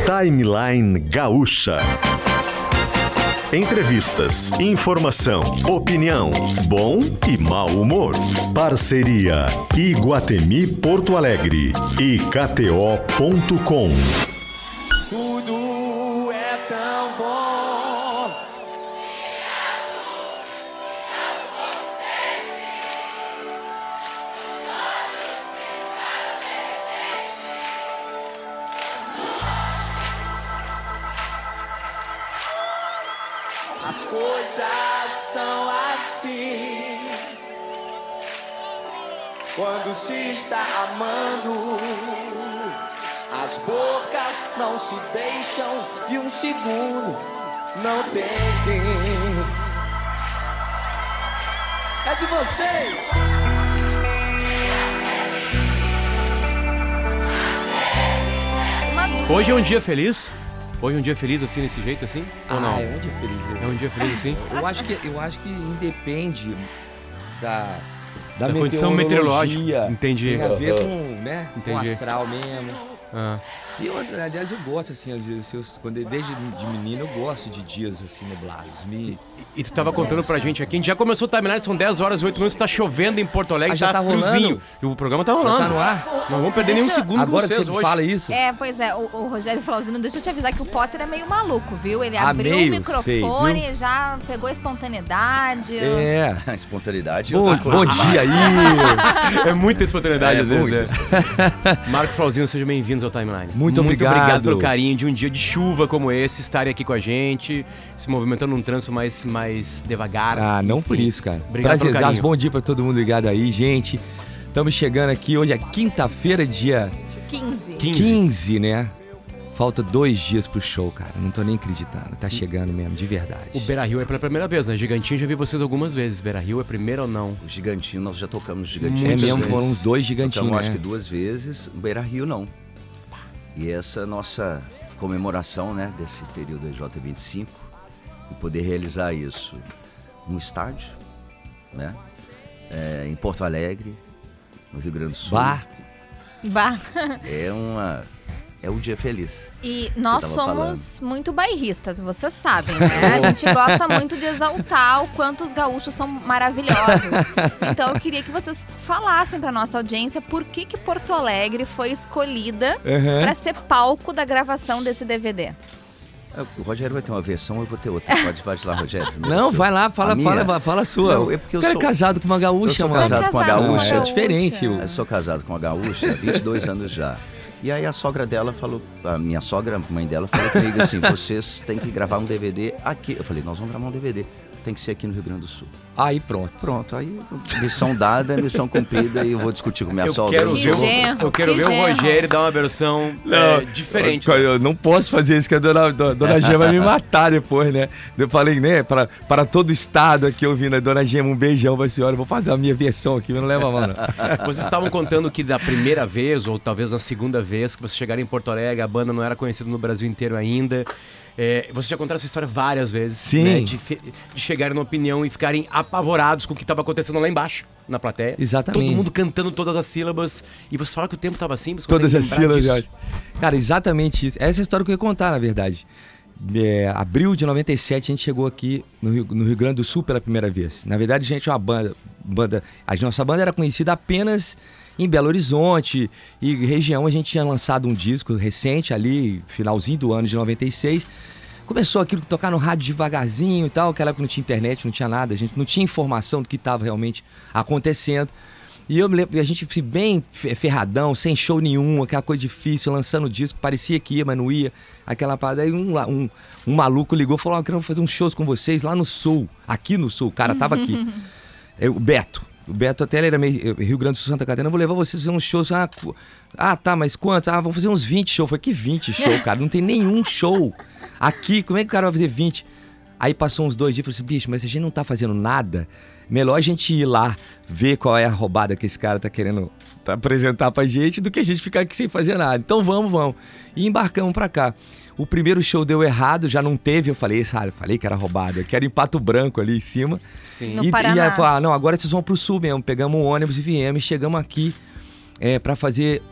Timeline Gaúcha. Entrevistas, informação, opinião, bom e mau humor. Parceria Iguatemi Porto Alegre e KTO.com. Tudo é tão bom. As coisas são assim quando se está amando. As bocas não se deixam e um segundo não tem fim. É de vocês! Hoje é um dia feliz? Hoje é um dia feliz assim, desse jeito assim? Ou não? É um dia feliz. É um dia feliz assim? Eu acho que independe da condição meteorológica. Entendi. Tem a ver com, né, com o Entendi. astral mesmo. Ah. E eu, aliás, eu gosto, assim, às vezes, desde de menino, eu gosto de dias, assim, nublados. E tu tava contando pra gente aqui, a gente já começou o timeline, são 10 horas e 8 minutos, tá chovendo em Porto Alegre, já tá friozinho. rolando? E o programa tá rolando. Tá no ar? Não vamos perder nenhum segundo Agora com vocês que você hoje. fala isso. Pois é, o Rogério Flauzino, deixa eu te avisar que o Potter é meio maluco, viu? Ele abriu meio, o microfone, já pegou a espontaneidade. É. A espontaneidade. Bom dia aí. É muita espontaneidade às vezes. muito. Marco Flauzino, sejam bem-vindos ao Timeline. Muito obrigado. Pelo carinho de um dia de chuva como esse, estarem aqui com a gente, se movimentando num trânsito mais devagar. Ah, não por isso, cara. Obrigado pelo Prazerzaço, carinho. bom dia pra todo mundo ligado aí, gente. Estamos chegando aqui, hoje é quinta-feira, dia 15, né? Falta 2 dias pro show, cara. Não tô nem acreditando. Tá chegando mesmo, de verdade. O Beira-Rio é pela primeira vez, né? Gigantinho já vi vocês algumas vezes. Beira-Rio é primeiro ou não? O Gigantinho, nós já tocamos Gigantinho. É mesmo, muitas foram vezes. uns 2 gigantinhos, Tocamos, né? acho que 2 vezes. O Beira-Rio, não. E essa nossa comemoração, né, desse período J25, e poder realizar isso num estádio, né, em Porto Alegre, no Rio Grande do Sul. Bah. É um dia feliz. E nós Você tava somos muito bairristas, vocês sabem, né? A gente gosta muito de exaltar o quanto os gaúchos são maravilhosos. Então eu queria que vocês falassem pra nossa audiência por que Porto Alegre foi escolhida pra ser palco da gravação desse DVD. O Rogério vai ter uma versão, eu vou ter outra. Pode ir lá, Rogério. Não, vai lá, fala a sua. Não, é porque eu cara sou casado com uma gaúcha, eu sou mano. casado com uma gaúcha. É diferente. Eu sou casado com uma gaúcha há 22 anos já. E aí a sogra dela falou, a minha sogra, a mãe dela, falou comigo assim, vocês têm que gravar um DVD aqui. Eu falei, nós vamos gravar um DVD. Tem que ser aqui no Rio Grande do Sul. Aí pronto. Pronto, aí missão dada, missão cumprida e eu vou discutir com minha sogra. Eu quero ver o Rogério dar uma versão diferente. Eu não posso fazer isso, que a dona Gema vai me matar depois, né? Eu falei, né, para todo o estado aqui ouvindo a dona Gema, um beijão pra senhora. Vou fazer a minha versão aqui, mas não leva a mão, não. Vocês estavam contando que da primeira vez, ou talvez na segunda vez, que vocês chegaram em Porto Alegre, a banda não era conhecida no Brasil inteiro ainda. Vocês já contaram essa história várias vezes. Sim. Né? De chegarem na opinião e ficarem apavorados com o que estava acontecendo lá embaixo, na plateia. Exatamente. Todo mundo cantando todas as sílabas. E vocês falaram que o tempo estava assim? Vocês Todas as conseguem lembrar sílabas, disso? Jorge. Cara, exatamente isso. Essa é a história que eu ia contar, na verdade. Abril de 97, a gente chegou aqui no Rio Grande do Sul pela primeira vez. Na verdade, a gente é uma banda. A nossa banda era conhecida apenas em Belo Horizonte e região. A gente tinha lançado um disco recente ali, finalzinho do ano de 96. Começou aquilo que tocar no rádio devagarzinho e tal. Aquela época não tinha internet, não tinha nada. A gente não tinha informação do que estava realmente acontecendo. E eu me lembro, a gente bem ferradão, sem show nenhum, aquela coisa difícil, lançando o disco, parecia que ia, mas não ia. Aquela parada. Aí um maluco ligou e falou: eu quero fazer uns shows com vocês lá no Sul, aqui no Sul. O cara tava aqui. O Beto. O Beto até ele era meio Rio Grande do Sul, Santa Catarina. Eu vou levar vocês a fazer uns shows. Tá, mas quantos? Vamos fazer uns 20 shows. Eu falei, que 20 shows, cara? Não tem nenhum show aqui. Como é que o cara vai fazer 20? Aí passou uns 2 dias e falei assim, bicho, mas a gente não tá fazendo nada. Melhor a gente ir lá ver qual é a roubada que esse cara tá querendo apresentar pra gente do que a gente ficar aqui sem fazer nada. Então vamos. E embarcamos pra cá. O primeiro show deu errado, já não teve. Eu falei, falei que era roubada. Eu quero ir em Pato Branco ali em cima. Sim. No E Paraná. aí falou, não, agora vocês vão pro sul mesmo. Pegamos um ônibus e viemos, chegamos aqui. para fazer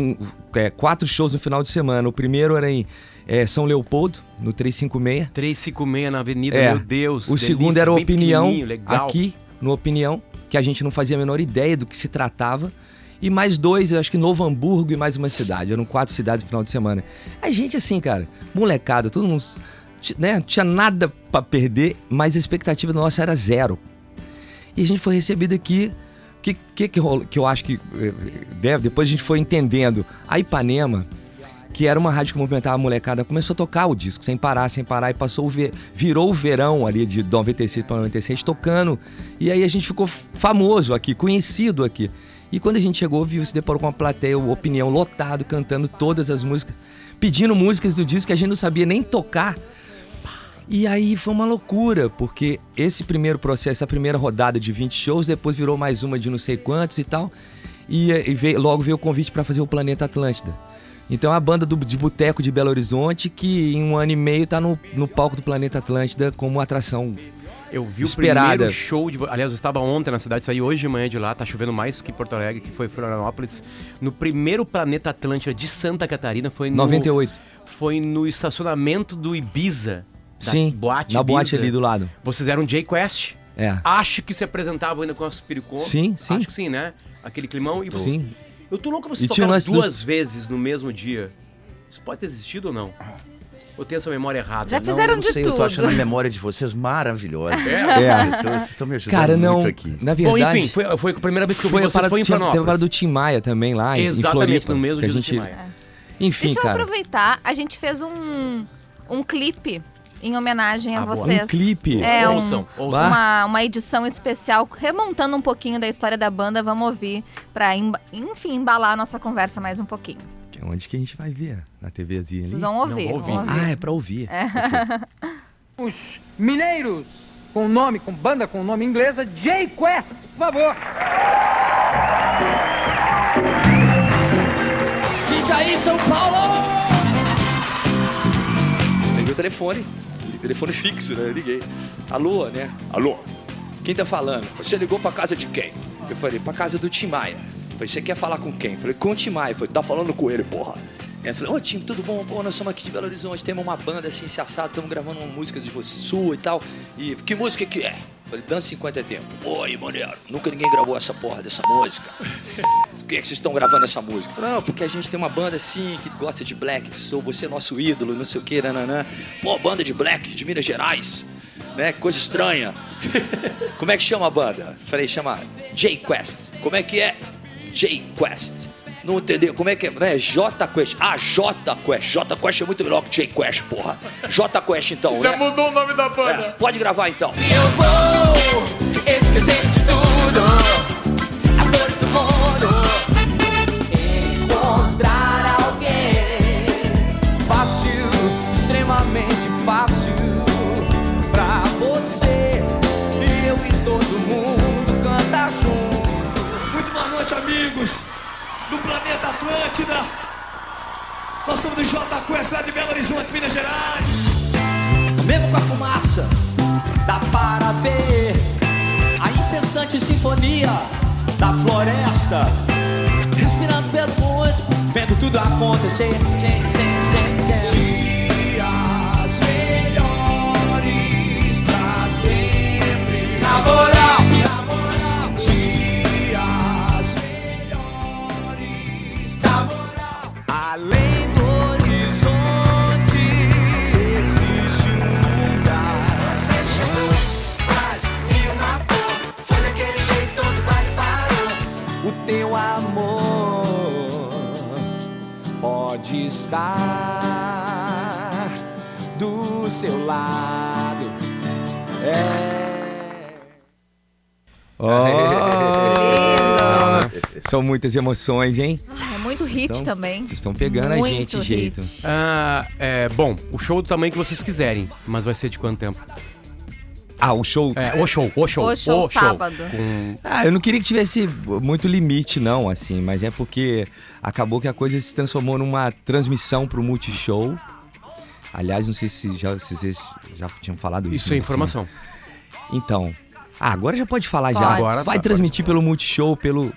4 shows no final de semana. O primeiro era em São Leopoldo, no 356. 356 na Avenida, meu Deus. O segundo era Opinião, legal. aqui no Opinião, que a gente não fazia a menor ideia do que se tratava. E mais 2, eu acho que Novo Hamburgo e mais uma cidade. Eram 4 cidades no final de semana. A gente assim, cara, molecada, todo mundo, né, não tinha nada pra perder, mas a expectativa nossa era 0. E a gente foi recebido aqui, que eu acho que depois a gente foi entendendo. A Ipanema, que era uma rádio que movimentava a molecada, começou a tocar o disco sem parar, e virou o verão ali de 96 para 96 tocando. E aí a gente ficou famoso aqui, conhecido aqui. E quando a gente chegou, se deparou com uma plateia, Opinião lotado, cantando todas as músicas, pedindo músicas do disco que a gente não sabia nem tocar. E aí foi uma loucura, porque esse primeiro processo, a primeira rodada de 20 shows, depois virou mais uma de não sei quantos e tal, e logo veio o convite para fazer o Planeta Atlântida. Então a banda de boteco de Belo Horizonte, que em 1 ano e meio tá no palco do Planeta Atlântida como atração Eu vi esperada. O primeiro show, aliás, eu estava ontem na cidade, saí hoje de manhã de lá, tá chovendo mais que Porto Alegre, que foi Florianópolis. No primeiro Planeta Atlântida de Santa Catarina, foi no... 98. Foi no estacionamento do Ibiza. Sim, boate na Ibiza. boate ali do lado. Vocês eram J-Quest. Acho que se apresentavam ainda com as Piricô. Sim. Acho que sim, né? Aquele climão. E Sim. Eu tô louco pra vocês E tinha tocaram o lance 2 vezes no mesmo dia. Isso pode ter existido ou não? Ou tem essa memória errada? Já fizeram não de sei, tudo. Eu tô achando a memória de vocês maravilhosa. Então, vocês estão me ajudando Cara, não, muito aqui. na verdade... Bom, enfim, foi a primeira vez que eu vi vocês, foi em Teve a Florianópolis. parada do Tim Maia também lá, em Floripa. Exatamente, no mesmo que dia a do gente... Tim Maia. Enfim, Deixa eu cara. aproveitar, a gente fez um clipe em homenagem a boa. vocês. Um clipe? Ouçam. Uma edição especial, remontando um pouquinho da história da banda. Vamos ouvir pra, enfim, embalar a nossa conversa mais um pouquinho. Onde que a gente vai ver? Na TVzinha ali? Vocês vão ouvir. Não, vou ouvir. vão ouvir. Ah, é pra ouvir. Os mineiros com banda com nome inglesa, J-Quest, por favor. Diz aí, São Paulo! Peguei o telefone fixo, né? Eu liguei. Alô, né? Alô? Quem tá falando? Você ligou pra casa de quem? Eu falei, pra casa do Tim Maia. Eu falei, você quer falar com quem? Eu falei, com o Tim Maia. Eu falei, tá falando com ele, porra. Eu falei, ô Tim, tudo bom? Pô, nós somos aqui de Belo Horizonte, temos uma banda assim, se assado, estamos gravando uma música de você, sua e tal. E que música que é? Eu falei, Dança 50 é Tempo. Oi, maneiro, nunca ninguém gravou essa porra dessa música. Por que vocês estão gravando essa música? Eu falei, não, porque a gente tem uma banda assim, que gosta de black, de soul, você é nosso ídolo, não sei o que, nananã. Pô, banda de black, de Minas Gerais, né? Coisa estranha. Como é que chama a banda? Eu falei, chama J-Quest. Como é que é? J-Quest. Não entendeu? Como é que é? Né? J-Quest. Ah, J-Quest. J-Quest é muito melhor que J-Quest, porra. J-Quest, então, Já né? mudou o nome da banda. Pode gravar, então. Eu vou esquecer de tudo, as dores do mundo, encontrar alguém fácil, extremamente fácil pra você e eu e todo mundo cantar junto. Muito boa noite, amigos do Planeta Atlântida. Nós somos do J-Quest lá de Belo Horizonte, Minas Gerais. Mesmo com a fumaça, dá para ver a incessante sinfonia da floresta, respirando pelo mundo, vendo tudo acontecer, dias melhores pra sempre. Na moral, dias melhores, na moral. Além do horizonte existe um lugar. Você chegou, mas me matou. Foi daquele jeito, todo baile parou. O teu amor pode estar do seu lado. São muitas emoções, hein? É muito hit também. Vocês estão pegando Muito a gente de jeito. hit. Bom, o show do tamanho que vocês quiserem, mas vai ser de quanto tempo? Ah, o show. O show. O show sábado. Eu não queria que tivesse muito limite, não, assim, mas é porque acabou que a coisa se transformou numa transmissão pro Multishow. Aliás, não sei se vocês já tinham falado isso. Isso é informação. Então, Agora já pode falar Pode. já. Agora Vai tá, transmitir pelo Multishow,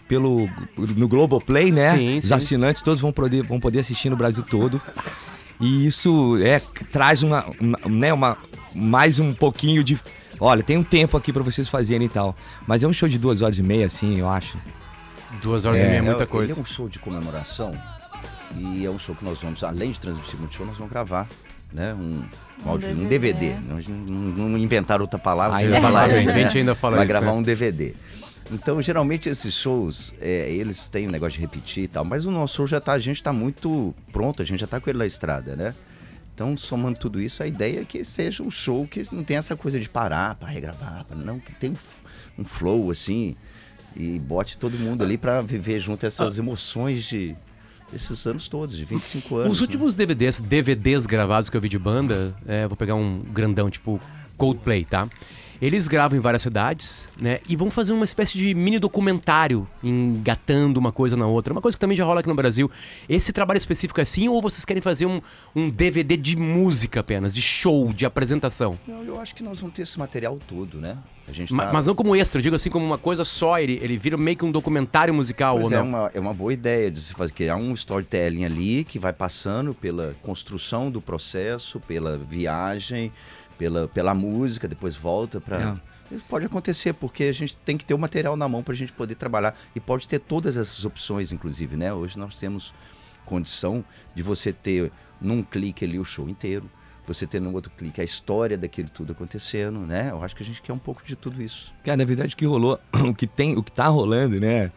no Globoplay, né? Sim, Os sim. assinantes todos vão poder assistir no Brasil todo. E isso traz mais um pouquinho de... Olha, tem um tempo aqui pra vocês fazerem e tal. Mas é um show de 2h30, assim, eu acho. 2 horas e meia é muita coisa. Ele é um show de comemoração e é um show que nós vamos, além de transmitir muito show, nós vamos gravar, né? Um DVD. Nós não inventaram outra palavra. Ainda exatamente, a gente ainda fala Vai isso, gravar né? um DVD. Então, geralmente, esses shows, eles têm um negócio de repetir e tal, mas o nosso show a gente tá muito pronto, a gente já tá com ele na estrada, né? Então, somando tudo isso, a ideia é que seja um show que não tem essa coisa de parar para regravar, não, que tem um flow, assim, e bote todo mundo ali para viver junto essas emoções desses anos todos, de 25 anos. Os últimos DVDs gravados que eu vi de banda, vou pegar um grandão, tipo Coldplay, tá? Eles gravam em várias cidades, né? E vão fazer uma espécie de mini documentário, engatando uma coisa na outra. Uma coisa que também já rola aqui no Brasil. Esse trabalho específico é assim, ou vocês querem fazer um DVD de música apenas, de show, de apresentação? Não, eu acho que nós vamos ter esse material todo, né? A gente Mas não como extra, eu digo assim, como uma coisa só, ele vira meio que um documentário musical, Pois ou não? é uma boa ideia de se fazer, criar um storytelling ali que vai passando pela construção do processo, pela viagem, pela música, depois volta para... Isso pode acontecer, porque a gente tem que ter o material na mão para a gente poder trabalhar. E pode ter todas essas opções, inclusive, né? Hoje nós temos condição de você ter num clique ali o show inteiro, você ter num outro clique a história daquilo tudo acontecendo, né? Eu acho que a gente quer um pouco de tudo isso. Cara, na verdade, o que rolou, o que tá rolando, né?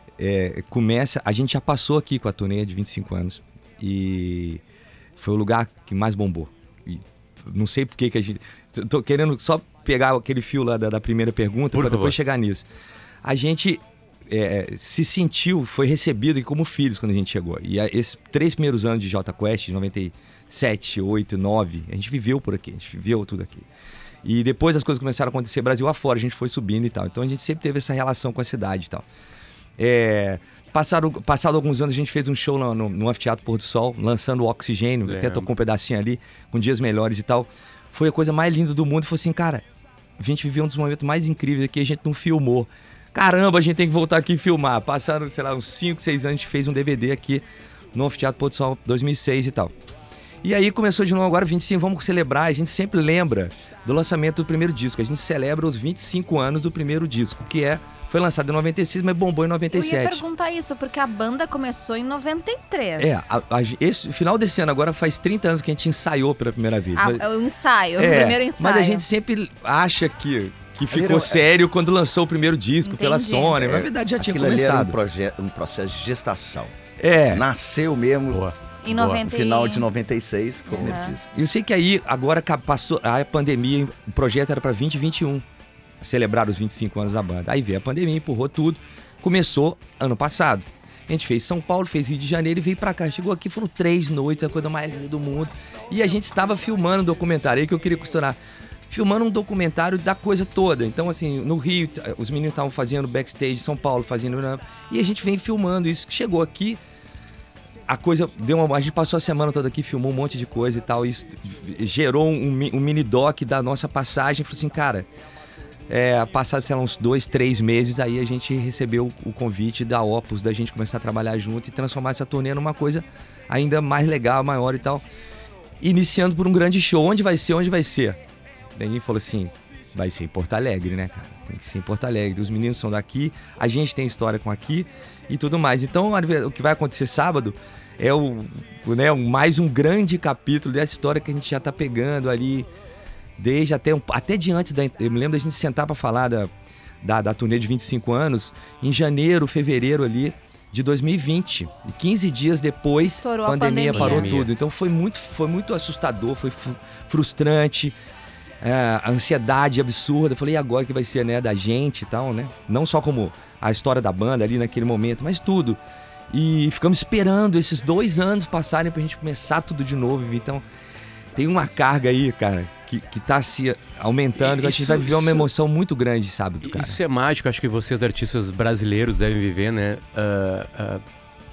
A gente já passou aqui com a turnê de 25 anos e foi o lugar que mais bombou. E não sei por que a gente... Tô querendo só pegar aquele fio lá da primeira pergunta para depois chegar nisso. A gente se sentiu, foi recebido aqui como filhos quando a gente chegou. E esses 3 primeiros anos de Jota Quest, 97, 8, 9, a gente viveu por aqui, a gente viveu tudo aqui. E depois as coisas começaram a acontecer Brasil afora, a gente foi subindo e tal. Então a gente sempre teve essa relação com a cidade e tal. Passado alguns anos a gente fez um show no Anfiteatro Pôr do Sol, lançando o Oxigênio, até tocou um pedacinho ali, com dias melhores e tal. Foi a coisa mais linda do mundo. Foi assim, cara, a gente viveu um dos momentos mais incríveis aqui, a gente não filmou. Caramba, a gente tem que voltar aqui e filmar. Passaram, sei lá, uns 5, 6 anos, a gente fez um DVD aqui no Anfiteatro Pôr do Sol 2006 e tal. E aí começou de novo agora, 25, vamos celebrar. A gente sempre lembra do lançamento do primeiro disco. A gente celebra os 25 anos do primeiro disco, que foi lançado em 96, mas bombou em 97. Eu ia perguntar isso, porque a banda começou em 93. Final desse ano agora faz 30 anos que a gente ensaiou pela primeira vez. O ensaio, o primeiro ensaio. Mas a gente sempre acha que ficou sério quando lançou o primeiro disco pela Sony. Mas na verdade já tinha começado. Era um processo de gestação. Nasceu mesmo... Boa. Em no final de 96, como ele disse. Eu sei que aí, agora passou a pandemia, o projeto era para 2021, celebrar os 25 anos da banda. Aí veio a pandemia, empurrou tudo. Começou ano passado. A gente fez São Paulo, fez Rio de Janeiro e veio pra cá. Chegou aqui, foram 3 noites, a coisa mais linda do mundo. E a gente estava filmando um documentário, aí que eu queria costurar. Filmando um documentário da coisa toda. Então, assim, no Rio, os meninos estavam fazendo backstage, São Paulo fazendo... E a gente vem filmando isso. Chegou aqui... A coisa a gente passou a semana toda aqui, filmou um monte de coisa e tal, e isso gerou um mini doc da nossa passagem. Falei assim, cara, passado, sei lá, uns 2, 3 meses, aí a gente recebeu o convite da Opus, da gente começar a trabalhar junto e transformar essa turnê numa coisa ainda mais legal, maior e tal. Iniciando por um grande show. Onde vai ser? Daí ninguém falou assim, vai ser em Porto Alegre, né, cara? Tem que ser em Porto Alegre. Os meninos são daqui, a gente tem história com aqui e tudo mais. Então, o que vai acontecer sábado mais um grande capítulo dessa história que a gente já tá pegando ali, desde até de antes eu me lembro da gente sentar para falar da turnê de 25 anos, em janeiro, fevereiro ali, de 2020. E 15 dias depois, estourou a pandemia parou tudo. Então foi muito assustador, foi frustrante. A ansiedade absurda. Eu falei, e agora que vai ser, né, da gente e tal, né? Não só como a história da banda ali naquele momento, mas tudo. E ficamos esperando esses 2 anos passarem pra gente começar tudo de novo. Então, tem uma carga aí, cara, que tá se aumentando, que a gente vai viver uma emoção muito grande sábado, cara. Isso é mágico, acho que vocês, artistas brasileiros, devem viver, né?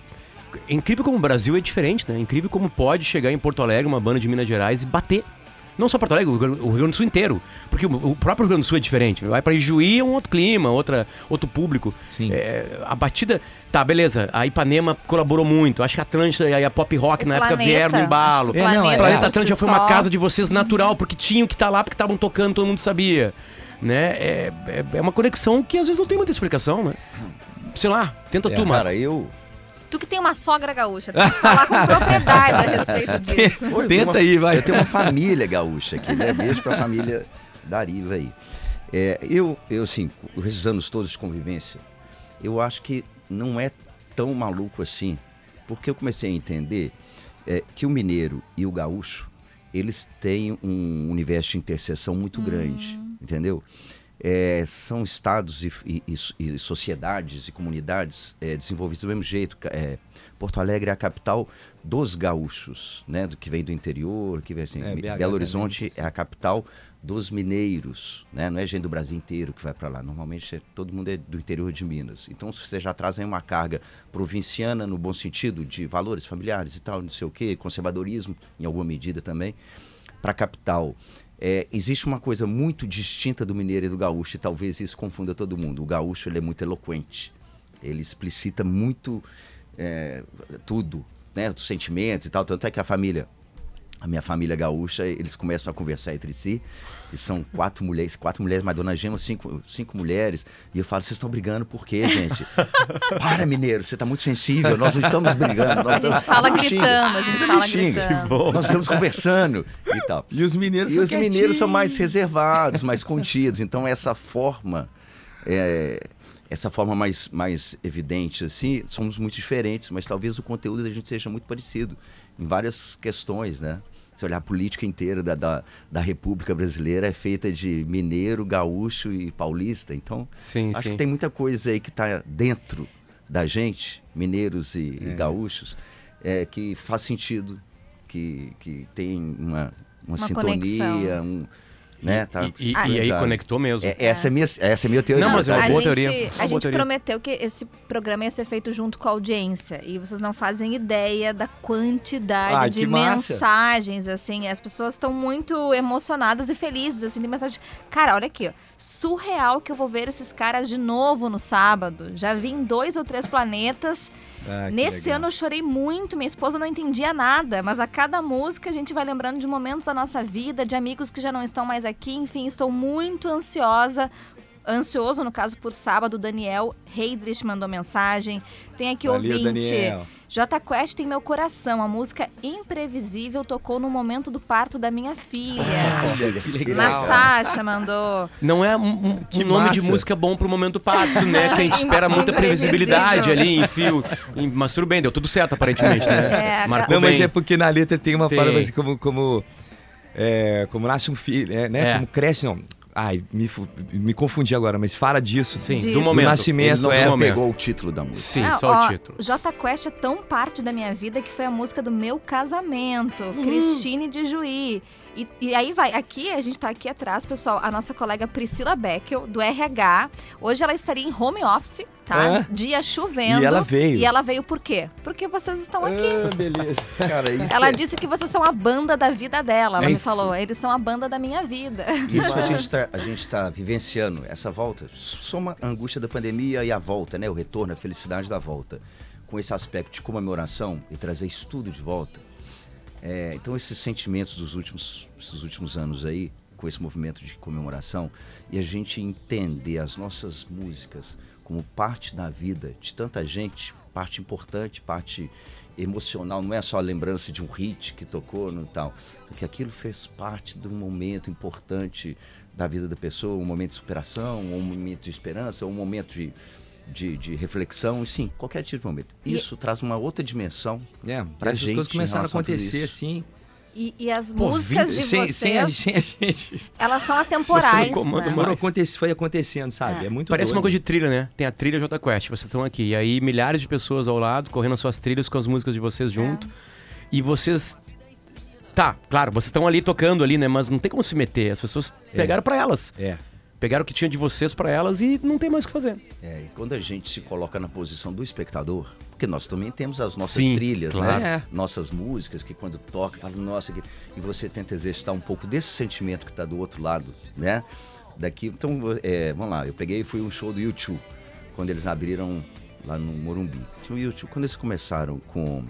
É incrível como o Brasil é diferente, né? É incrível como pode chegar em Porto Alegre uma banda de Minas Gerais e bater. Não só Porto Alegre, o Rio Grande do Sul inteiro. Porque o próprio Rio Grande do Sul é diferente. Vai pra Ijuí é um outro clima, outro público. Sim. A batida... Tá, beleza. A Ipanema colaborou muito. Acho que a Atlântida e a Pop Rock na época vieram no embalo. Planeta, Planeta Atlântida já foi uma só. casa de vocês natural, porque tinham que estar lá, porque estavam tocando, todo mundo sabia. Né? É uma conexão que às vezes não tem muita explicação, né? Sei lá, tenta tu, mano. Cara, Tu que tem uma sogra gaúcha, tem que falar com propriedade a respeito disso. Tenta aí, vai. Eu tenho uma família gaúcha aqui, né? Beijo pra família da Ariva aí. Eu, assim, esses anos todos de convivência, eu acho que não é tão maluco assim, porque eu comecei a entender que o mineiro e o gaúcho, eles têm um universo de interseção muito grande, entendeu? São estados e sociedades e comunidades desenvolvidos do mesmo jeito. Porto Alegre é a capital dos gaúchos, né? Do que vem do interior, que vem assim. Belo Horizonte é a capital dos mineiros, né? Não é gente do Brasil inteiro que vai para lá. Normalmente todo mundo é do interior de Minas. Então você já traz aí uma carga provinciana no bom sentido de valores familiares e tal, não sei o quê, conservadorismo em alguma medida também, para a capital. Existe uma coisa muito distinta do mineiro e do gaúcho, e talvez isso confunda todo mundo. O gaúcho, ele é muito eloquente, ele explicita muito tudo, né, dos sentimentos e tal, tanto é que a minha família gaúcha, eles começam a conversar entre si, e são 4 mulheres, mas Dona Gema, 5 mulheres, e eu falo, vocês estão brigando por quê, gente? Para, mineiro, você está muito sensível, nós não estamos brigando. A gente fala gritando, Nós estamos conversando e tal. E os mineiros são mais reservados, mais contidos, então essa forma mais evidente, assim, somos muito diferentes, mas talvez o conteúdo da gente seja muito parecido em várias questões, né? Se olhar a política inteira da República Brasileira é feita de mineiro, gaúcho e paulista, então acho que tem muita coisa aí que está dentro da gente, mineiros e gaúchos, que faz sentido, que tem uma sintonia, né? E aí conectou mesmo. Essa é minha teoria. Não, mas é uma boa teoria. A gente prometeu que esse programa ia ser feito junto com a audiência. E vocês não fazem ideia da quantidade de mensagens, assim. As pessoas estão muito emocionadas e felizes, assim, de mensagem. Cara, olha aqui, ó. Surreal que eu vou ver esses caras de novo no sábado. Já vi em 2 ou 3 planetas. Nesse ano eu chorei muito, minha esposa não entendia nada, mas a cada música a gente vai lembrando de momentos da nossa vida, de amigos que já não estão mais aqui, enfim, estou muito ansioso, no caso, por sábado. Daniel Heidrich mandou mensagem, tem aqui ouvinte, Daniel. J Quest tem meu coração, a música Imprevisível tocou no momento do parto da minha filha. Que legal. Natasha mandou. Não é um nome de música bom pro momento do parto, né? Que a gente espera muita previsibilidade ali em fio. Mas tudo bem, deu tudo certo aparentemente, né? Não, mas é porque na letra tem uma palavra assim como nasce um filho, né? Como cresce, não. Ai, me confundi agora, mas fala disso. Sim, do momento. Do nascimento. Ele não pegou o título da música. Sim, só o título. J Quest é tão parte da minha vida que foi a música do meu casamento, Cristine de Juí. E aí vai, aqui, a gente tá aqui atrás, pessoal, a nossa colega Priscila Beckel, do RH. Hoje ela estaria em home office, tá? Dia chovendo. E ela veio. E ela veio por quê? Porque vocês estão aqui. Beleza. Cara, isso ela disse que vocês são a banda da vida dela. Ela me falou, eles são a banda da minha vida. Isso a gente tá vivenciando, essa volta. Soma a angústia da pandemia e a volta, né? O retorno, a felicidade da volta. Com esse aspecto de comemoração e trazer isso tudo de volta. Então esses sentimentos dos últimos anos aí, com esse movimento de comemoração, e a gente entender as nossas músicas como parte da vida de tanta gente, parte importante, parte emocional, não é só a lembrança de um hit que tocou no tal, porque aquilo fez parte de um momento importante da vida da pessoa, um momento de superação, um momento de esperança, um momento de reflexão, sim, qualquer tipo de momento. Isso traz uma outra dimensão pra gente. As coisas começaram a acontecer assim. E as músicas de vocês, sem a gente, elas são atemporais, foi acontecendo, sabe? É muito Parece doido. uma coisa de trilha, né? Tem a trilha J Quest, vocês estão aqui. E aí milhares de pessoas ao lado, correndo as suas trilhas com as músicas de vocês junto. E vocês... Tá, claro, vocês estão ali tocando ali, né? Mas não tem como se meter. As pessoas pegaram pra elas. Pegaram o que tinha de vocês pra elas e não tem mais o que fazer. E quando a gente se coloca na posição do espectador, porque nós também temos as nossas Sim, trilhas, claro. né? Nossas músicas, que quando toca, fala, nossa, e você tenta exercitar um pouco desse sentimento que tá do outro lado, né? Daqui, então, vamos lá, eu peguei e fui um show do U2, quando eles abriram lá no Morumbi. Tinha o U2, quando eles começaram com...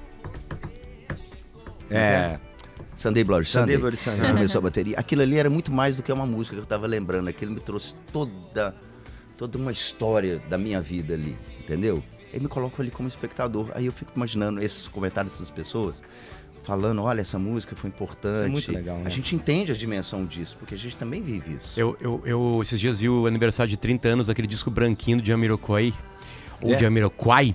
Sunday Bloody Sunday, começou a bateria. Aquilo ali era muito mais do que uma música que eu tava lembrando. Aquilo me trouxe toda uma história da minha vida ali, entendeu? Eu me coloco ali como espectador. Aí eu fico imaginando esses comentários das pessoas falando, olha, essa música foi importante. Isso é muito legal, né? A gente entende a dimensão disso, porque a gente também vive isso. Eu esses dias vi o aniversário de 30 anos daquele disco branquinho do Jamiroquai, ou Jamiroquai,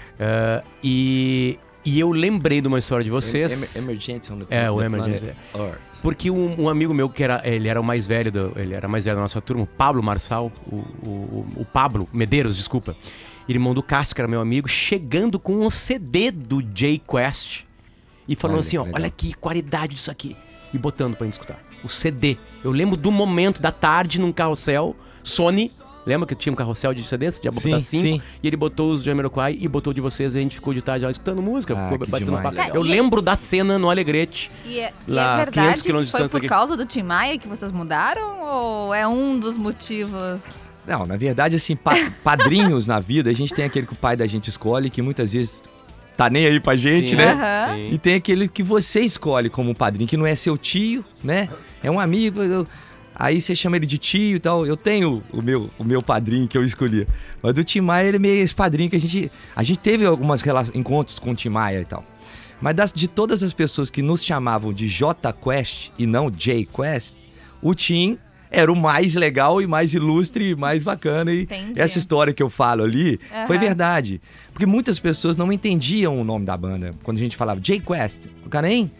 e eu lembrei de uma história de vocês. Emergency on the o Emergency. Porque um amigo meu que ele era mais velho da nossa turma, o Pablo Marçal, o Pablo Medeiros, desculpa. Irmão do Cássio, que era meu amigo, chegando com um CD do Jay Quest e falando assim, olha aqui, qualidade disso aqui. E botando pra gente escutar. O CD. Eu lembro do momento da tarde num carrossel, Sony. Lembra que tinha um carrossel de CDs? De botar 5. E ele botou os Jamiroquai e botou de vocês. E a gente ficou de tarde lá escutando música. Eu lembro da cena no Alegrete. E é lá, verdade que foi por daqui. Causa do Tim Maia que vocês mudaram? Ou é um dos motivos? Não, na verdade, assim, padrinhos na vida, a gente tem aquele que o pai da gente escolhe, que muitas vezes tá nem aí pra gente, né? Sim. E tem aquele que você escolhe como padrinho, que não é seu tio, né? É um amigo... Aí você chama ele de tio e tal. Eu tenho o meu padrinho que eu escolhi. Mas do Tim Maia, ele é meio esse padrinho que a gente teve alguns encontros com o Tim Maia e tal. Mas de todas as pessoas que nos chamavam de J Quest e não J Quest, o Tim era o mais legal e mais ilustre e mais bacana. E essa história que eu falo ali foi verdade. Porque muitas pessoas não entendiam o nome da banda. Quando a gente falava J Quest, o cara, hein?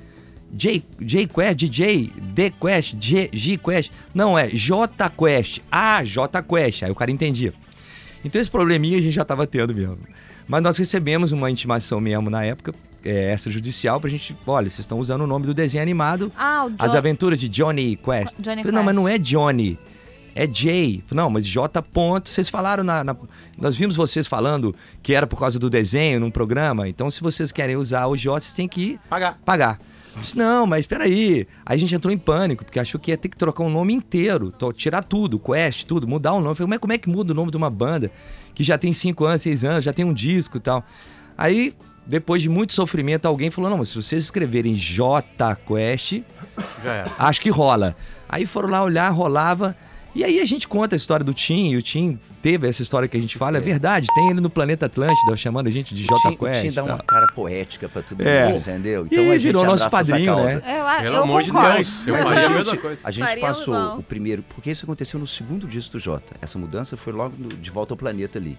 J Quest, DJ, D Quest, G Quest. Não, é J Quest. J Quest. Aí o cara entendia. Então esse probleminha a gente já tava tendo mesmo. Mas nós recebemos uma intimação mesmo na época, extrajudicial, pra gente... Olha, vocês estão usando o nome do desenho animado. As Aventuras de Johnny Quest. Johnny Falei, não, mas não é Johnny. É Jay. Não, mas J ponto. Vocês falaram nós vimos vocês falando que era por causa do desenho num programa. Então, se vocês querem usar o J, vocês têm que pagar. Eu disse, não, mas peraí. Aí a gente entrou em pânico, porque achou que ia ter que trocar o nome inteiro, tirar tudo, Quest, tudo, mudar o nome. Eu falei, mas como é que muda o nome de uma banda que já tem 5 anos, 6 anos, já tem um disco e tal? Aí, depois de muito sofrimento, alguém falou, não, mas se vocês escreverem J Quest, acho que rola. Aí foram lá olhar, rolava. E aí a gente conta a história do Tim, e o Tim teve essa história que a gente fala, é verdade, tem ele no Planeta Atlântida, chamando a gente de J Quest. O Tim dá uma cara poética pra tudo isso, entendeu? Então e a gente virou nosso padrinho, né? Pelo amor de Deus, eu faria a mesma coisa. A gente passou o primeiro, porque isso aconteceu no segundo disco do Jota, essa mudança foi logo de volta ao planeta ali.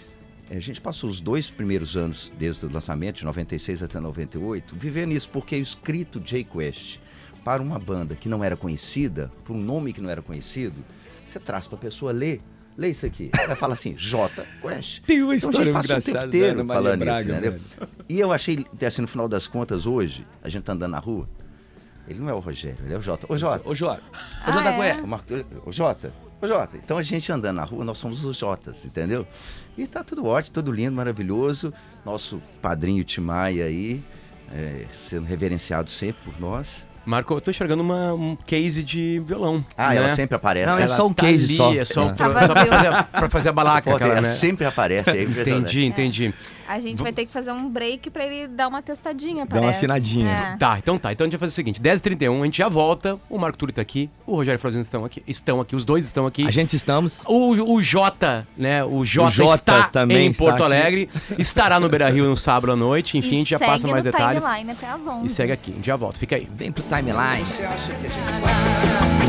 A gente passou os 2 primeiros anos, desde o lançamento, de 96 até 98, vivendo isso, porque o escrito J Quest para uma banda que não era conhecida, por um nome que não era conhecido, você traz pra pessoa ler isso aqui. Vai falar assim, J Quest. Tem uma história então a gente passou o tempo inteiro falando Braga, isso, entendeu? E eu achei, assim, no final das contas, hoje, a gente tá andando na rua, ele não é o Rogério, ele é o Jota. Ô, Jota. Ô, Jota. Ô, Jota, qual é? Ô, Jota. Ô, Jota. Então a gente andando na rua, nós somos os Jotas, entendeu? E tá tudo ótimo, tudo lindo, maravilhoso. Nosso padrinho Tim Maia aí, sendo reverenciado sempre por nós. Marco, eu tô enxergando um case de violão. Né? Ela sempre aparece. Não, é só um case ali, só. É só pra fazer a balaca. Ela sempre aparece. É Entendi. A gente vai ter que fazer um break pra ele dar uma testadinha, Dar uma afinadinha. Tá, então a gente vai fazer o seguinte, 10h31, a gente já volta, o Marco Túlio tá aqui, o Rogério Frosinho estão aqui, os dois estão aqui. A gente estamos. O Jota, né, o Jota está também em Porto Alegre, estará no Beira-Rio no sábado à noite, enfim, a gente já passa mais detalhes. Timeline até às 11. E segue aqui, a gente já volta, fica aí. Vem pro Timeline. Você acha que a gente...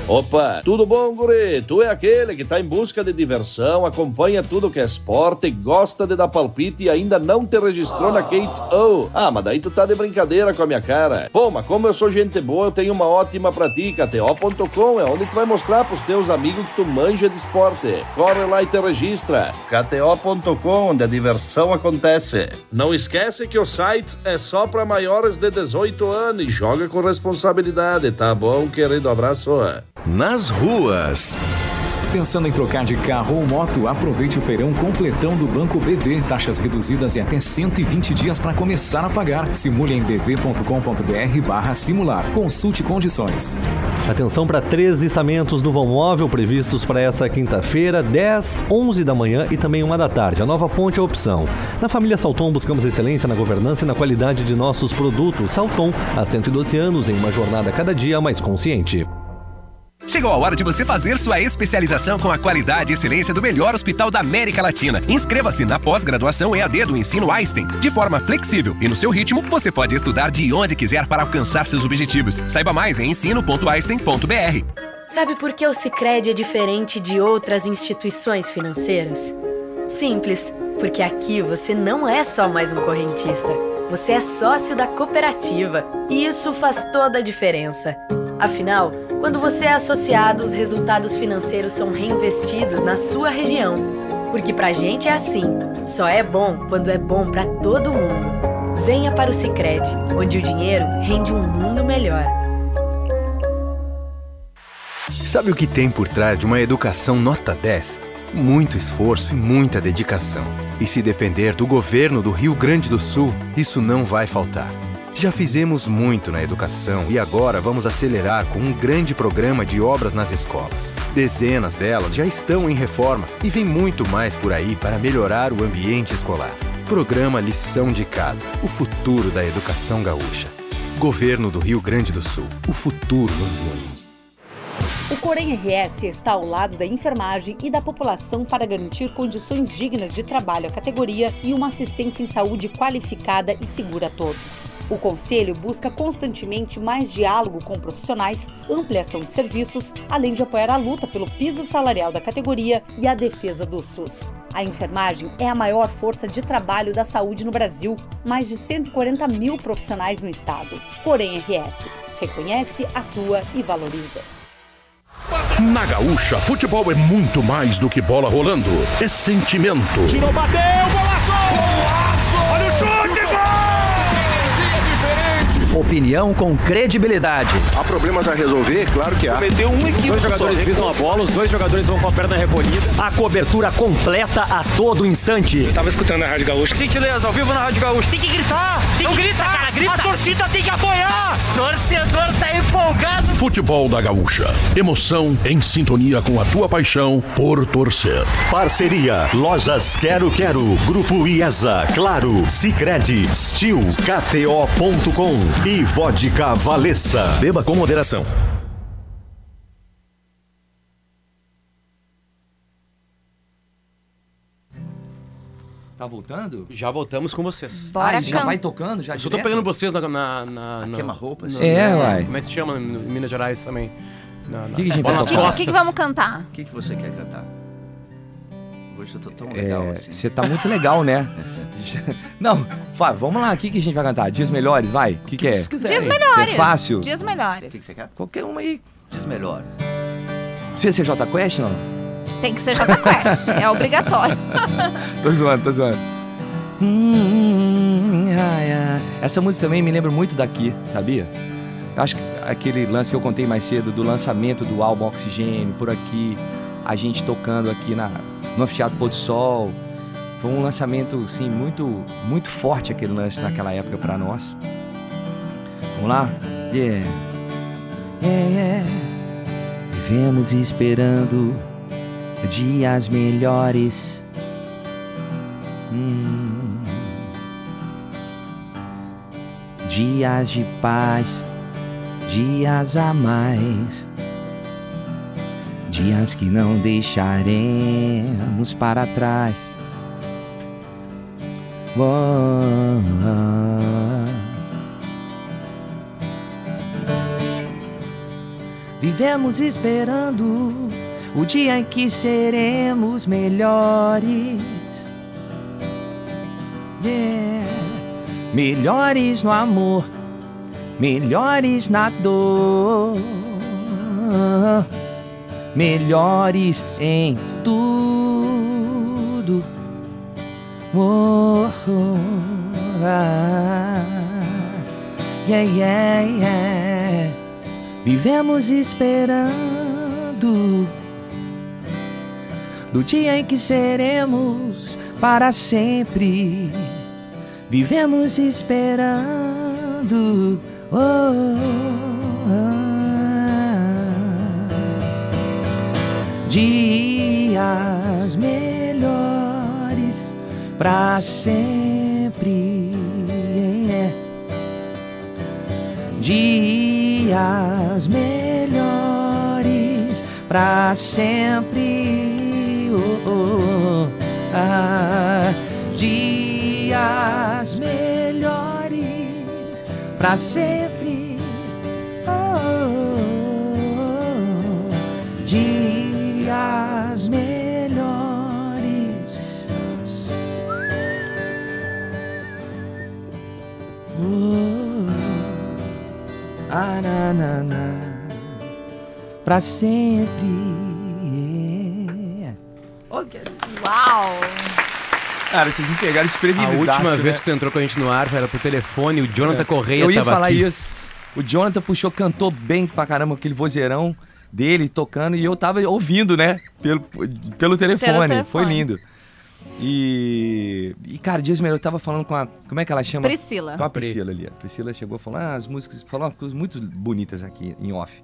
Opa, tudo bom, guri? Tu é aquele que tá em busca de diversão, acompanha tudo que é esporte, gosta de dar palpite e ainda não te registrou na KTO. Ah, mas daí tu tá de brincadeira com a minha cara. Pô, mas como eu sou gente boa, eu tenho uma ótima pra ti. KTO.com é onde tu vai mostrar pros teus amigos que tu manja de esporte. Corre lá e te registra. KTO.com, onde a diversão acontece. Não esquece que o site é só pra maiores de 18 anos e joga com responsabilidade, tá bom, querido? Abraço. Nas ruas. Pensando em trocar de carro ou moto? Aproveite o feirão completão do Banco BV. Taxas reduzidas em até 120 dias para começar a pagar. Simule em bv.com.br/simular. Consulte condições. Atenção para 3 içamentos do vão móvel previstos para essa quinta-feira, 10, 11 da manhã e também 1 da tarde. A nova ponte é a opção. Na família Salton buscamos excelência na governança e na qualidade de nossos produtos. Salton, há 112 anos, em uma jornada cada dia mais consciente. Chegou a hora de você fazer sua especialização com a qualidade e excelência do melhor hospital da América Latina. Inscreva-se na pós-graduação EAD do Ensino Einstein, de forma flexível e no seu ritmo, você pode estudar de onde quiser para alcançar seus objetivos. Saiba mais em ensino.einstein.br. Sabe por que o Sicredi é diferente de outras instituições financeiras? Simples, porque aqui você não é só mais um correntista. Você é sócio da cooperativa e isso faz toda a diferença. Afinal, quando você é associado, os resultados financeiros são reinvestidos na sua região. Porque pra gente é assim, só é bom quando é bom pra todo mundo. Venha para o Sicredi, onde o dinheiro rende um mundo melhor. Sabe o que tem por trás de uma educação nota 10? Muito esforço e muita dedicação. E se depender do governo do Rio Grande do Sul, isso não vai faltar. Já fizemos muito na educação e agora vamos acelerar com um grande programa de obras nas escolas. Dezenas delas já estão em reforma e vem muito mais por aí para melhorar o ambiente escolar. Programa Lição de Casa, o futuro da educação gaúcha. Governo do Rio Grande do Sul, o futuro nos une. O Corém RS está ao lado da enfermagem e da população para garantir condições dignas de trabalho à categoria e uma assistência em saúde qualificada e segura a todos. O Conselho busca constantemente mais diálogo com profissionais, ampliação de serviços, além de apoiar a luta pelo piso salarial da categoria e a defesa do SUS. A enfermagem é a maior força de trabalho da saúde no Brasil, mais de 140 mil profissionais no estado. Corém RS reconhece, atua e valoriza. Na Gaúcha, futebol é muito mais do que bola rolando. É sentimento. Tirou, bateu, golaço! Golaço! Olha o chute, gol! Energia diferente. Opinião com credibilidade. Há problemas a resolver? Claro que há. Cometeu um equívoco. Dois jogadores visam a bola, os dois jogadores vão com a perna recolhida. A cobertura completa a todo instante. Eu tava escutando a Rádio Gaúcha. Gentileza, ao vivo na Rádio Gaúcha. Tem que gritar! Não grita, cara, grita! A torcida tem que apoiar! Torcedor tá empolgado! Futebol da Gaúcha. Emoção em sintonia com a tua paixão por torcer. Parceria Lojas Quero Quero, Grupo IESA, Claro, Sicredi, Stil, KTO.com e Vodka Valessa. Beba com moderação. Tá voltando? Já voltamos com vocês. Bora, já vai tocando? Já eu só tô pegando vocês na queima-roupa, assim. Uai. Como é que se chama em Minas Gerais também? Que a gente vai nas tocar? costas. O que vamos cantar? O que você quer cantar? Hoje eu tô tão legal assim. Você tá muito legal, né? Não, vamos lá, o que a gente vai cantar? Dias Melhores, vai? O que é? Dias Melhores. É fácil? Dias Melhores. O que você quer? Qualquer uma aí. Dias Melhores. Precisa ser Jota Quest, não? Tem que ser Jota Quest, é obrigatório. Tô zoando. Essa música também me lembra muito daqui, sabia? Eu acho que aquele lance que eu contei mais cedo do lançamento do álbum Oxigênio, por aqui, a gente tocando aqui no Anfiteatro Pôr do Sol. Foi um lançamento, assim, muito, muito forte aquele lance naquela época pra nós. Vamos lá? Yeah. Vivemos esperando dias melhores. Dias de paz, dias a mais, dias que não deixaremos para trás. vivemos esperando o dia em que seremos melhores. Yeah. Melhores no amor, melhores na dor, melhores em tudo. Oh, oh, ah, yeah, yeah, yeah. Vivemos esperando do dia em que seremos para sempre. Vivemos esperando. Oh, oh, oh. Dias melhores pra sempre. Yeah. Dias melhores pra sempre. Oh, oh, ah. Dias melhores pra sempre. Oh, dias melhores. Oh, ah, na, na, na, pra sempre. Uau! Cara, vocês me pegaram desprevenido. A última né? vez que tu entrou com a gente no ar era pro telefone, o Jonathan Correia Eu ia tava falar aqui. isso. O Jonathan puxou, cantou bem pra caramba, aquele vozeirão dele tocando, e eu tava ouvindo, né? Pelo telefone. Foi lindo. E cara, dias melhor, eu tava falando com a... Como é que ela chama? Priscila. Com a Priscila ali. A Priscila chegou falando, as músicas... Falou umas coisas muito bonitas aqui, em off.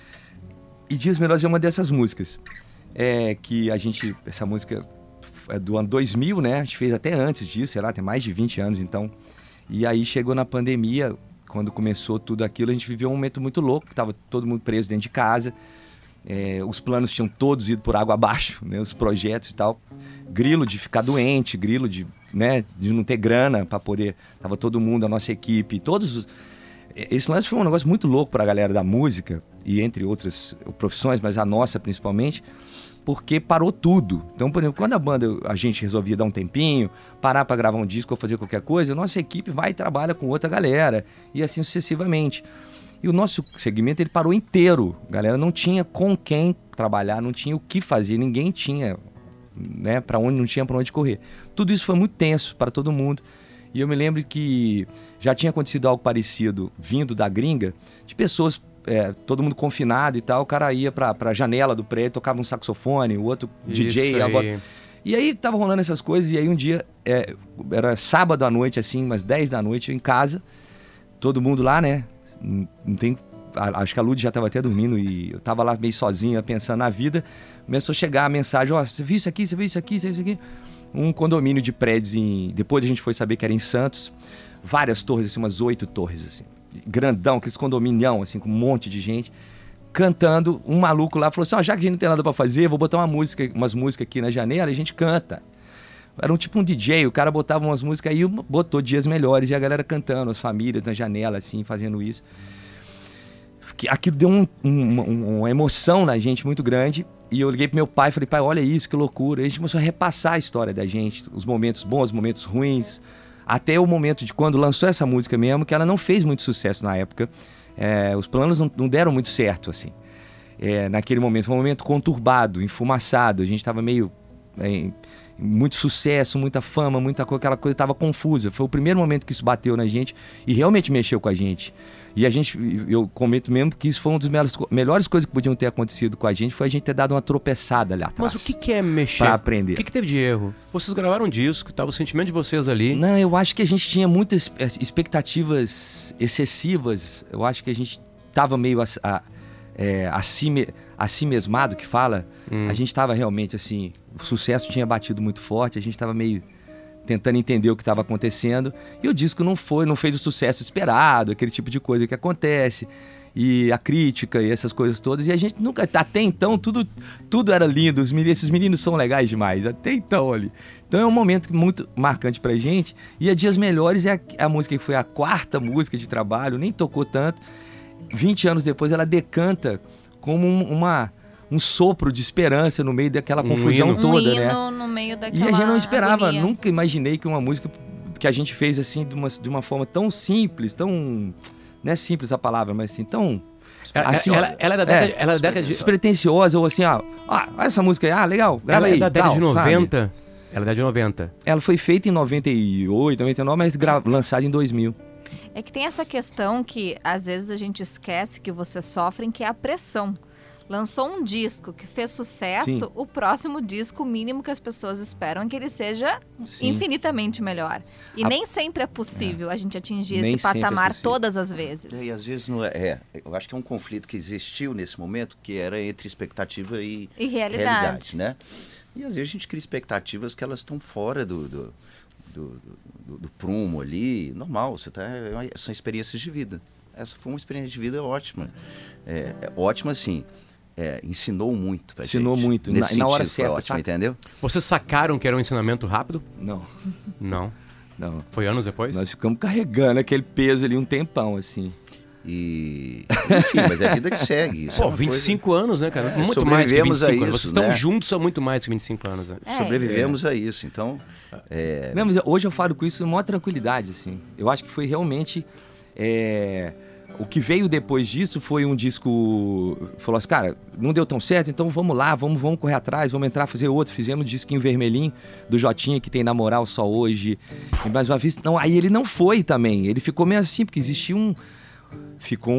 E Dias Melhores é uma dessas músicas. Que a gente... Essa música é do ano 2000, né? A gente fez até antes disso, sei lá, tem mais de 20 anos, então. E aí chegou na pandemia, quando começou tudo aquilo, a gente viveu um momento muito louco, tava todo mundo preso dentro de casa. Os planos tinham todos ido por água abaixo, né? Os projetos e tal. Grilo de ficar doente, grilo de, né, de não ter grana para poder... Tava todo mundo, a nossa equipe, todos... Esse lance foi um negócio muito louco para a galera da música, e entre outras profissões, mas a nossa principalmente, porque parou tudo. Então, por exemplo, quando a gente resolvia dar um tempinho, parar para gravar um disco ou fazer qualquer coisa, a nossa equipe vai e trabalha com outra galera, e assim sucessivamente. E o nosso segmento, ele parou inteiro. A galera não tinha com quem trabalhar, não tinha o que fazer, ninguém tinha, né, não tinha para onde correr. Tudo isso foi muito tenso para todo mundo. E eu me lembro que já tinha acontecido algo parecido, vindo da gringa, de pessoas, todo mundo confinado e tal, o cara ia pra janela do prédio, tocava um saxofone, o outro DJ. E aí tava rolando essas coisas, e aí um dia, era sábado à noite, assim, umas 10 da noite, eu em casa, todo mundo lá, né? Não tem... Acho que a Lud já estava até dormindo e eu estava lá meio sozinho, pensando na vida. Começou a chegar a mensagem, você viu isso aqui, você viu isso aqui, você viu isso aqui? Um condomínio de prédios depois a gente foi saber que era em Santos. Várias torres, assim, umas 8 torres, assim. Grandão, aqueles condominião, assim, com um monte de gente. Cantando, um maluco lá falou assim, já que a gente não tem nada pra fazer, vou botar umas músicas aqui na janela e a gente canta. Era tipo um DJ, o cara botava umas músicas aí, botou Dias Melhores e a galera cantando, as famílias na janela, assim, fazendo isso. Aquilo deu uma emoção na gente muito grande. E eu liguei pro meu pai e falei, pai, olha isso, que loucura. E a gente começou a repassar a história da gente, os momentos bons, os momentos ruins. Até o momento de quando lançou essa música mesmo, que ela não fez muito sucesso na época. Os planos não deram muito certo, assim. Naquele momento, foi um momento conturbado, enfumaçado. A gente estava meio... muito sucesso, muita fama, muita coisa, aquela coisa estava confusa. Foi o primeiro momento que isso bateu na gente e realmente mexeu com a gente. E eu comento mesmo que isso foi uma das melhores coisas que podiam ter acontecido com a gente, foi a gente ter dado uma tropeçada ali atrás. Mas o que é mexer? Pra aprender. O que teve de erro? Vocês gravaram um disco, tava o sentimento de vocês ali. Não, eu acho que a gente tinha muitas expectativas excessivas. Eu acho que a gente tava meio assim mesmado, que fala. A gente tava realmente assim, o sucesso tinha batido muito forte, a gente tava meio tentando entender o que estava acontecendo, e o disco não fez o sucesso esperado, aquele tipo de coisa que acontece, e a crítica e essas coisas todas, e a gente nunca, até então, tudo era lindo, esses meninos são legais demais, até então ali. Então é um momento muito marcante pra gente, e a Dias Melhores é a música que foi a 4ª música de trabalho, nem tocou tanto, 20 anos depois ela decanta como um sopro de esperança no meio daquela confusão toda, um hino, né? no meio daquela E a gente não esperava, agonia. nunca imaginei que uma música que a gente fez assim de uma forma tão simples, tão... Não é simples a palavra, mas assim, tão... Assim, ela é da década, ela é da década de... despretensiosa, ou assim, olha essa música aí, legal, grava Ela aí. é da década de tal, 90. sabe? Ela é da década de 90. Ela foi feita em 98, 99, mas lançada em 2000. É que tem essa questão que às vezes a gente esquece que vocês sofrem, que é a pressão. Lançou um disco que fez sucesso, Sim. o próximo disco, o mínimo que as pessoas esperam é que ele seja infinitamente melhor. E nem sempre é possível a gente atingir Nem esse sempre é patamar possível. todas as vezes. E às vezes não eu acho que é um conflito que existiu nesse momento, que era entre expectativa e realidade, né? E às vezes a gente cria expectativas que elas estão fora do prumo ali, normal, são experiências de vida. Essa foi uma experiência de vida ótima. Ótima, assim, ensinou muito pra gente. Ensinou muito, Nesse na hora sentido, foi certa, ótimo, sabe? entendeu? Vocês sacaram que era um ensinamento rápido? Não. Não? Não. Foi anos depois? Nós ficamos carregando aquele peso ali um tempão, assim. Enfim, mas é a vida que segue. Isso Pô, é uma 25 anos, né, cara? coisa... Muito mais que 25 sobrevivemos a anos. isso, Vocês estão né? juntos há muito mais que 25 anos. Né? Sobrevivemos a isso, então... Não, mas hoje eu falo com isso com maior tranquilidade, assim. Eu acho que foi realmente... O que veio depois disso foi um disco... Falou assim, cara, não deu tão certo, então vamos lá, vamos correr atrás, vamos entrar, fazer outro. Fizemos um disquinho vermelhinho do Jotinha, que tem Na Moral Só Hoje. E mais uma vez... Não, aí ele não foi também. Ele ficou meio assim, porque existia ficou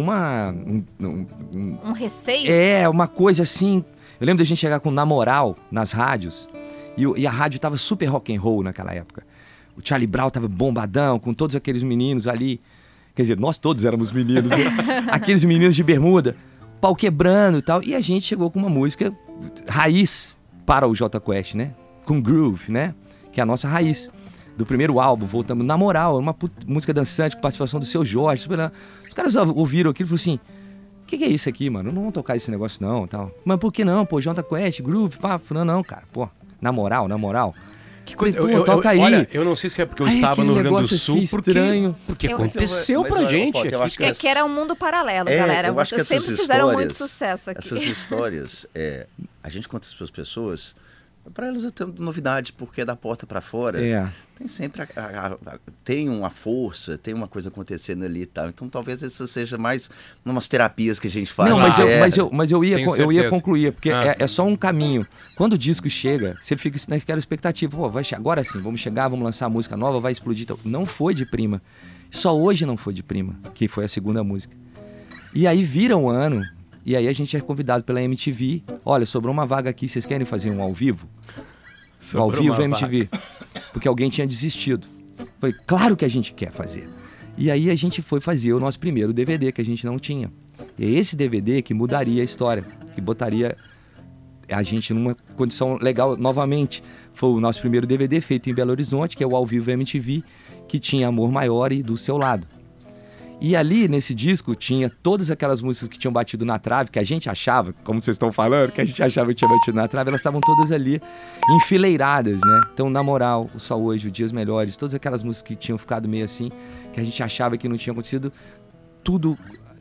um receio? Uma coisa assim. Eu lembro da gente chegar com Na Moral nas rádios e a rádio tava super rock and roll naquela época. O Charlie Brown tava bombadão com todos aqueles meninos ali. Quer dizer, nós todos éramos meninos, né? Aqueles meninos de bermuda, pau quebrando e tal. E a gente chegou com uma música raiz para o Jota Quest, né? Com groove, né? Que é a nossa raiz. Do primeiro álbum, voltamos Na Moral, uma música dançante com participação do Seu Jorge. Super... Os caras ouviram aquilo e falaram assim, o que é isso aqui, mano? Não vamos tocar esse negócio não, tal. Mas por que não, pô? Jota Quest, groove, pá. Não, cara, pô. Na moral. Que coisa, toca aí. Olha, eu não sei se é porque eu estava no Rio Grande do Sul, assim, estranho. Porque aconteceu pra gente. Que era um mundo paralelo, galera. Eu acho que Vocês sempre fizeram muito sucesso aqui. Essas histórias, a gente conta para as pessoas, para elas é novidade, porque é da porta para fora. Tem sempre tem uma força, tem uma coisa acontecendo ali e tal. Então talvez isso seja mais umas terapias que a gente faz. Não, mas eu ia concluir, porque é só um caminho. Quando o disco chega, você fica naquela expectativa, pô, agora sim, vamos chegar, vamos lançar música nova, vai explodir. Não foi de prima. Só hoje não foi de prima, que foi a segunda música. E aí vira um ano, e aí a gente é convidado pela MTV. Olha, sobrou uma vaga aqui, vocês querem fazer um ao vivo? Ao vivo MTV. Porque alguém tinha desistido. Falei, claro que a gente quer fazer. E aí a gente foi fazer o nosso primeiro DVD, que a gente não tinha. E é esse DVD que mudaria a história, que botaria a gente numa condição legal novamente. Foi o nosso primeiro DVD feito em Belo Horizonte, que é o Ao Vivo MTV, que tinha Amor Maior e Do Seu Lado. E ali, nesse disco, tinha todas aquelas músicas que tinham batido na trave, que a gente achava, como vocês estão falando, que a gente achava que tinha batido na trave, elas estavam todas ali enfileiradas, né? Então, Na Moral, O Só Hoje, O Dias Melhores, todas aquelas músicas que tinham ficado meio assim, que a gente achava que não tinha acontecido, tudo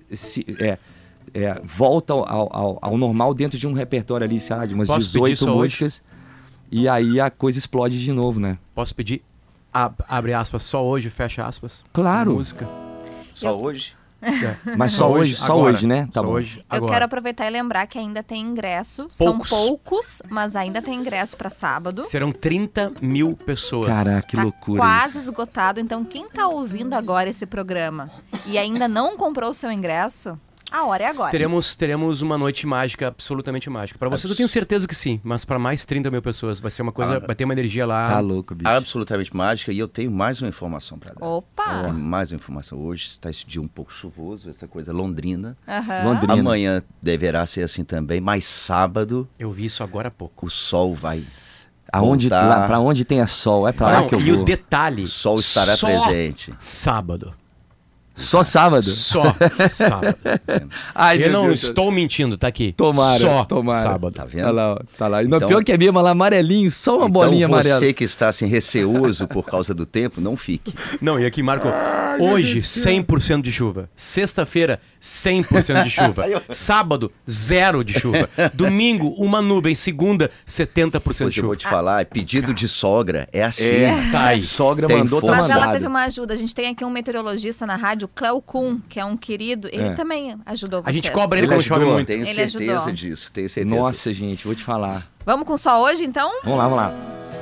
volta ao normal dentro de um repertório ali, sei lá, de umas 18 músicas. E aí a coisa explode de novo, né? Posso pedir, abre aspas, só hoje, fecha aspas? Claro. Música. Só hoje? Mas só hoje, né? Tá só bom. Hoje, eu quero aproveitar e lembrar que ainda tem ingresso. São poucos, mas ainda tem ingresso para sábado. Serão 30 mil pessoas. Caraca, que loucura. Quase esgotado. Então, quem tá ouvindo agora esse programa e ainda não comprou o seu ingresso, a hora é agora. Teremos uma noite mágica, absolutamente mágica. Para vocês eu tenho certeza que sim, mas para mais 30 mil pessoas vai ser uma coisa, vai ter uma energia lá. Tá louco, bicho. Absolutamente mágica, e eu tenho mais uma informação para dar. Opa! Mais uma informação. Hoje está esse dia um pouco chuvoso, essa coisa londrina. Londrina. Amanhã deverá ser assim também, mas sábado... Eu vi isso agora há pouco. O sol vai... Pra onde tem sol, é pra lá que eu vou. E o detalhe... O sol estará presente. Sábado. Só sábado? Só sábado. Ai, Eu meu não Deus. estou mentindo, tá aqui. Tomara, Só tomara. sábado. Tá vendo? Olha lá, ó, tá lá. E no Então- pior que é mesmo, lá amarelinho, só uma bolinha Então amarela. você que está assim receoso por causa do tempo, não fique. Não, e aqui, Marco, hoje 100% de chuva. Sexta-feira, 100% de chuva. Sábado, 0 de chuva. Domingo, uma nuvem. Segunda, 70% de Pois eu chuva. vou te falar, é pedido de sogra, é assim. Tá aí. Sogra Tem mandou, tá força. Mas ela mandado. teve uma ajuda. A gente tem aqui um meteorologista na rádio, Cléo Kuhn, que é um querido. Ele É. também ajudou A vocês. gente cobra ele Ele quando chove ajudou? muito. Tenho Ele certeza ajudou. disso, tenho certeza. Nossa, gente, vou te falar. Vamos com só hoje, então? Vamos lá, vamos lá.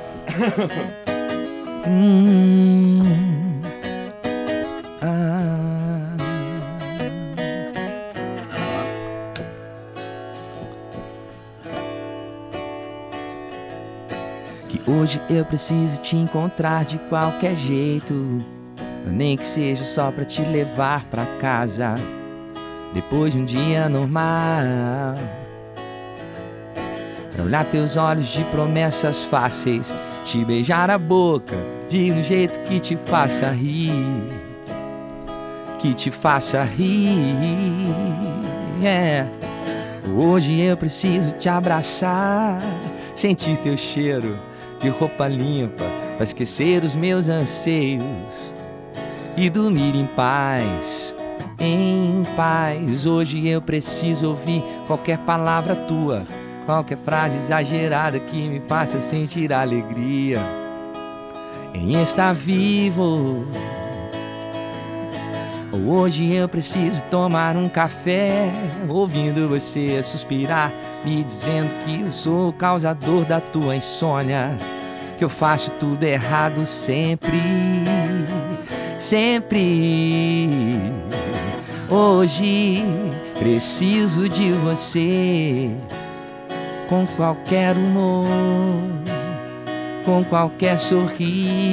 Que hoje eu preciso te encontrar de qualquer jeito, nem que seja só pra te levar pra casa depois de um dia normal. Pra olhar teus olhos de promessas fáceis, te beijar a boca de um jeito que te faça rir, que te faça rir. É. Hoje eu preciso te abraçar, sentir teu cheiro de roupa limpa, pra esquecer os meus anseios e dormir em paz, em paz. Hoje eu preciso ouvir qualquer palavra tua, qualquer frase exagerada que me faça sentir alegria em estar vivo. Hoje eu preciso tomar um café, ouvindo você suspirar, me dizendo que eu sou o causador da tua insônia, que eu faço tudo errado sempre, sempre. Hoje preciso de você, com qualquer humor, com qualquer sorriso.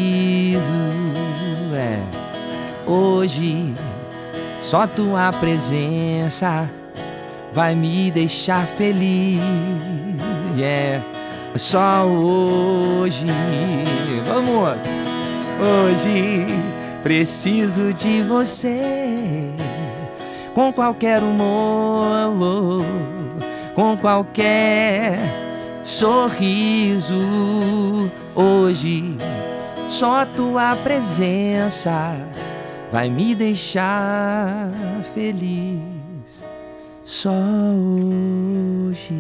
Hoje só tua presença vai me deixar feliz. Só hoje, vamos. Hoje preciso de você, com qualquer humor, com qualquer sorriso. Hoje só tua presença vai me deixar feliz. Só hoje.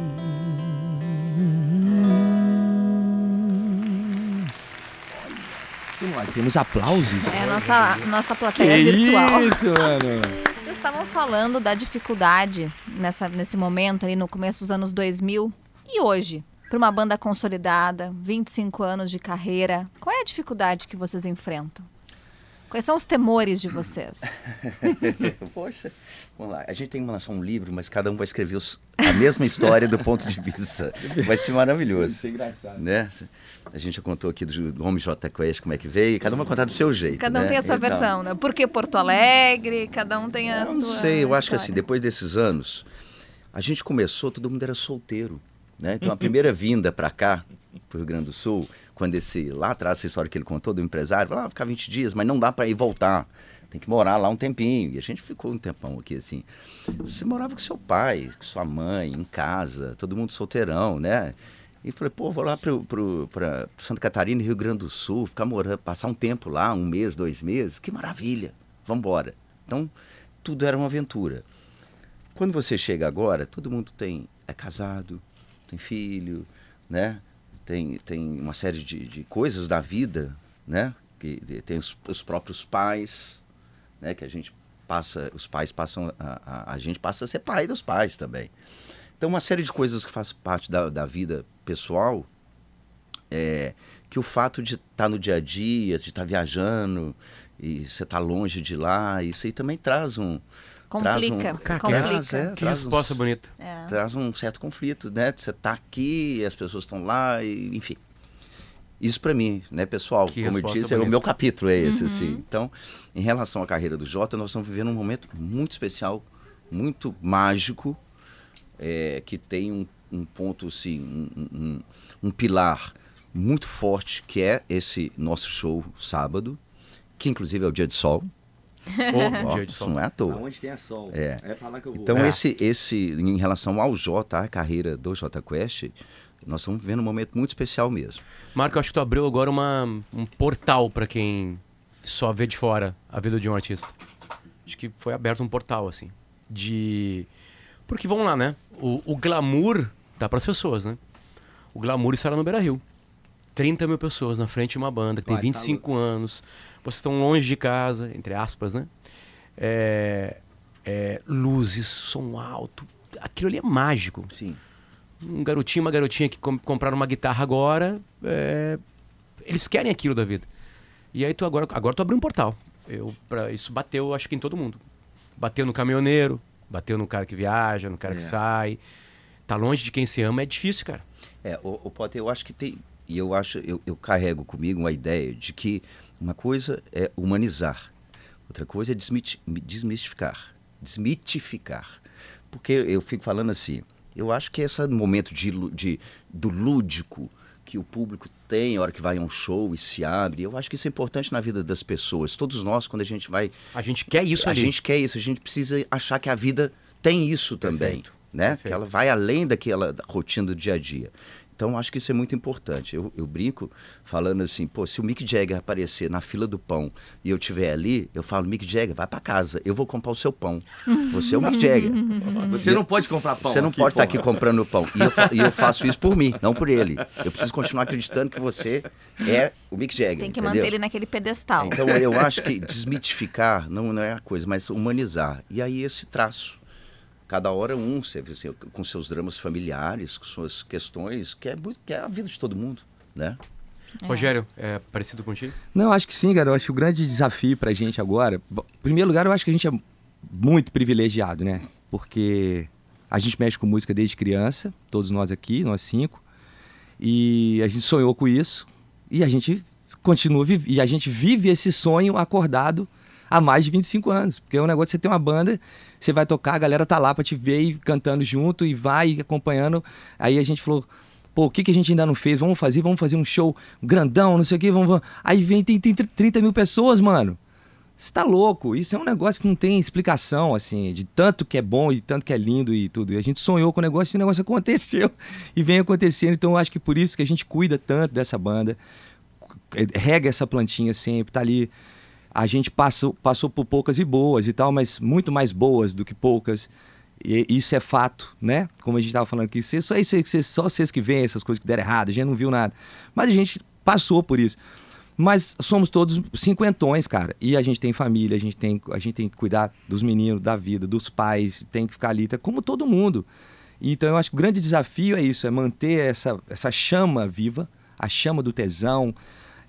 Temos aplausos. É a nossa plateia Que virtual. isso, mano. Vocês estavam falando da dificuldade nesse momento, ali no começo dos anos 2000. E hoje, para uma banda consolidada, 25 anos de carreira, qual é a dificuldade que vocês enfrentam? Quais são os temores de vocês? Poxa, vamos lá. A gente tem que lançar um livro, mas cada um vai escrever a mesma história do ponto de vista. Vai ser maravilhoso. Vai ser engraçado. Né? A gente já contou aqui do Homem J Quest, como é que veio, e cada um vai contar do seu jeito. Cada um né? tem a sua Então, versão, né? Por que Porto Alegre? Cada um tem a sua. Eu não sei, eu acho que assim, história. depois desses anos, a gente começou, todo mundo era solteiro. Né? Então a primeira vinda para cá, pro Rio Grande do Sul, quando lá atrás, essa história que ele contou do empresário, falou, ficar 20 dias, mas não dá para ir voltar. Tem que morar lá um tempinho. E a gente ficou um tempão aqui, assim. Você morava com seu pai, com sua mãe, em casa, todo mundo solteirão, né? E falei, pô, vou lá para Santa Catarina e Rio Grande do Sul, ficar morando, passar um tempo lá, 1 mês, 2 meses, que maravilha, vamos embora. Então, tudo era uma aventura. Quando você chega agora, todo mundo é casado, tem filho, né? Tem uma série de coisas da vida, né? Que tem os próprios pais, né? Que a gente passa, os pais passam, a gente passa a ser pai dos pais também. Então, uma série de coisas que faz parte da vida pessoal, que o fato de estar no dia a dia, de estar viajando, e você estar longe de lá, isso aí também traz um... Complica. Que resposta bonita. Traz um certo conflito, né? Você tá aqui, as pessoas estão lá, enfim. Isso para mim, né, pessoal? Que como eu resposta disse, o bonita. meu capítulo é esse, assim. Então, em relação à carreira do Jota, nós estamos vivendo um momento muito especial, muito mágico, que tem um ponto, assim, um pilar muito forte, que é esse nosso show sábado, que inclusive é o dia de sol. Dia de sol. Não é à toa. Aonde tem sol. É. Pra lá que eu vou. Então, em relação ao Jota, a carreira do Jota Quest, nós estamos vivendo um momento muito especial mesmo. Marco, eu acho que tu abriu agora um portal para quem só vê de fora a vida de um artista. Acho que foi aberto um portal, assim, Porque, vamos lá, né? O glamour dá para as pessoas, né? O glamour estará no Beira-Rio. 30 mil pessoas na frente de uma banda que tem 25 anos. Vocês estão longe de casa, entre aspas, né? Luzes, som alto. Aquilo ali é mágico. Sim. Um garotinho, uma garotinha que compraram uma guitarra agora, eles querem aquilo da vida. E aí agora tu abriu um portal. Isso bateu, acho que em todo mundo. Bateu no caminhoneiro, bateu no cara que viaja, no cara que sai. Tá longe de quem se ama, é difícil, cara. O Potter, eu acho que tem... E eu carrego comigo uma ideia de que uma coisa é humanizar, outra coisa é desmitificar. Porque eu fico falando assim, eu acho que esse momento do lúdico que o público tem, a hora que vai a um show e se abre, eu acho que isso é importante na vida das pessoas. Todos nós, quando a gente vai... A gente quer isso ali. A gente quer isso, a gente precisa achar que a vida tem isso também. Perfeito. Né? Perfeito. Que ela vai além daquela rotina do dia a dia. Então, acho que isso é muito importante. Eu brinco falando assim, se o Mick Jagger aparecer na fila do pão e eu estiver ali, eu falo, Mick Jagger, vai pra casa, eu vou comprar o seu pão. Você é o Mick Jagger. Você não pode comprar pão. Você não pode estar aqui comprando pão. E eu faço isso por mim, não por ele. Eu preciso continuar acreditando que você é o Mick Jagger. Tem que entendeu? manter ele naquele pedestal. Então, eu acho que desmitificar não é a coisa, mas humanizar. E aí esse traço. Cada hora você com seus dramas familiares, com suas questões, que é a vida de todo mundo, né? Rogério, é parecido contigo? Não, acho que sim, cara. Eu acho que o grande desafio pra gente agora... Bom, em primeiro lugar, eu acho que a gente é muito privilegiado, né? Porque a gente mexe com música desde criança, todos nós aqui, nós 5. E a gente sonhou com isso. E a gente continua... E a gente vive esse sonho acordado há mais de 25 anos. Porque é um negócio, você tem uma banda, você vai tocar, a galera tá lá pra te ver e cantando junto e vai acompanhando. Aí a gente falou, o que a gente ainda não fez? Vamos fazer um show grandão, não sei o quê. Aí tem 30 mil pessoas, mano. Você tá louco? Isso é um negócio que não tem explicação, assim, de tanto que é bom e tanto que é lindo e tudo. E a gente sonhou com o negócio e o negócio aconteceu. E vem acontecendo. Então eu acho que por isso que a gente cuida tanto dessa banda, rega essa plantinha sempre, tá ali. A gente passou por poucas e boas e tal, mas muito mais boas do que poucas. E isso é fato, né? Como a gente estava falando aqui, só vocês que veem essas coisas que deram errado, a gente não viu nada. Mas a gente passou por isso. Mas somos todos cinquentões, cara. E a gente tem família, a gente tem que cuidar dos meninos, da vida, dos pais, tem que ficar ali, tá, como todo mundo. Então eu acho que o grande desafio é isso, é manter essa chama viva, a chama do tesão.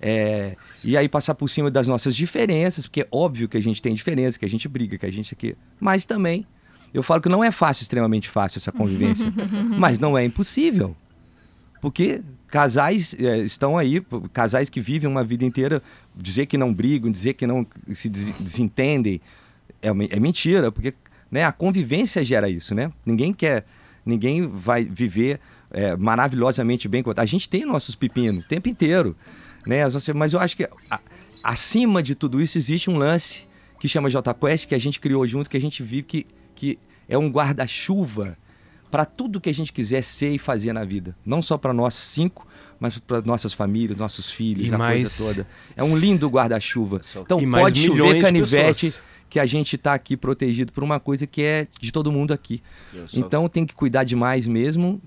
E aí passar por cima das nossas diferenças, porque é óbvio que a gente tem diferença, que a gente briga, que a gente aqui. Mas também, eu falo que não é fácil, extremamente fácil essa convivência. Mas não é impossível. Porque casais estão aí, casais que vivem uma vida inteira, dizer que não brigam, dizer que não se desentendem, é mentira, porque, né, a convivência gera isso, né? Ninguém vai viver maravilhosamente bem. A gente tem nossos pepinos o tempo inteiro. Né? Mas eu acho que acima de tudo isso existe um lance que chama Jota Quest, que a gente criou junto, que a gente vive, que é um guarda-chuva para tudo que a gente quiser ser e fazer na vida. Não só para nós 5, mas para nossas famílias, nossos filhos, coisa toda. É um lindo guarda-chuva. Então pode chover canivete, que a gente está aqui protegido por uma coisa que é de todo mundo aqui. Então tem que cuidar demais mesmo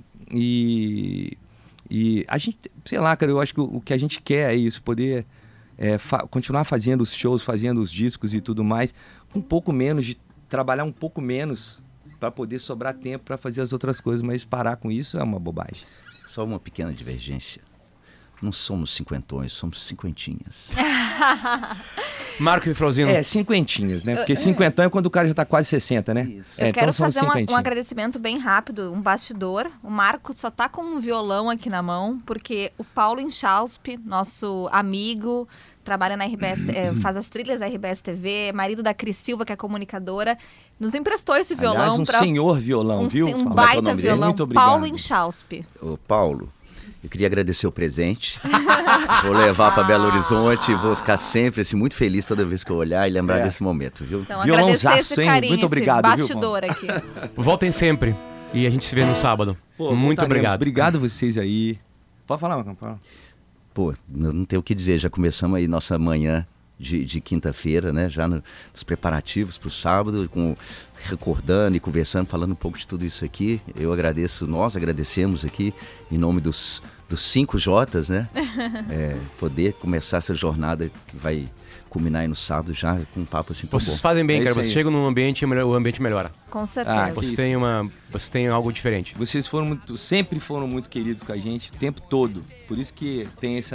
e a gente, sei lá, cara, eu acho que o que a gente quer é isso, poder continuar fazendo os shows, fazendo os discos e tudo mais, com um pouco menos, de trabalhar um pouco menos para poder sobrar tempo para fazer as outras coisas, mas parar com isso é uma bobagem. Só uma pequena divergência. Não somos cinquentões, somos cinquentinhas. Marco e Frauzino. Cinquentinhas, né? Porque cinquentão é quando o cara já tá quase 60, né? Isso. Eu quero fazer um agradecimento bem rápido, um bastidor. O Marco só tá com um violão aqui na mão, porque o Paulo Inchauspe, nosso amigo, trabalha na RBS, faz as trilhas da RBS TV, marido da Cris Silva, que é comunicadora, nos emprestou esse violão. Aliás, senhor violão, viu? Um baita violão, Muito obrigado. Paulo Inchauspe. Ô, Paulo, Eu queria agradecer o presente. Vou levar para Belo Horizonte e vou ficar sempre assim, muito feliz toda vez que eu olhar e lembrar desse momento, viu? Então, agradecer esse carinho, muito obrigado, bastidor aqui. Voltem sempre e a gente se vê no sábado. Pô, muito obrigado. Obrigado a vocês aí. Pode falar, Marcão? Pô, eu não tenho o que dizer, já começamos aí nossa manhã de quinta-feira, né? Já nos preparativos para o sábado, recordando e conversando, falando um pouco de tudo isso aqui. Eu agradeço, nós agradecemos aqui, em nome dos 5 J's, né? Poder começar essa jornada que vai culminar aí no sábado já com um papo assim tão bom. Vocês fazem bem, cara. Vocês chegam num ambiente, o ambiente melhora. Com certeza. Vocês têm algo diferente. Vocês sempre foram muito queridos com a gente o tempo todo. Por isso que tem essa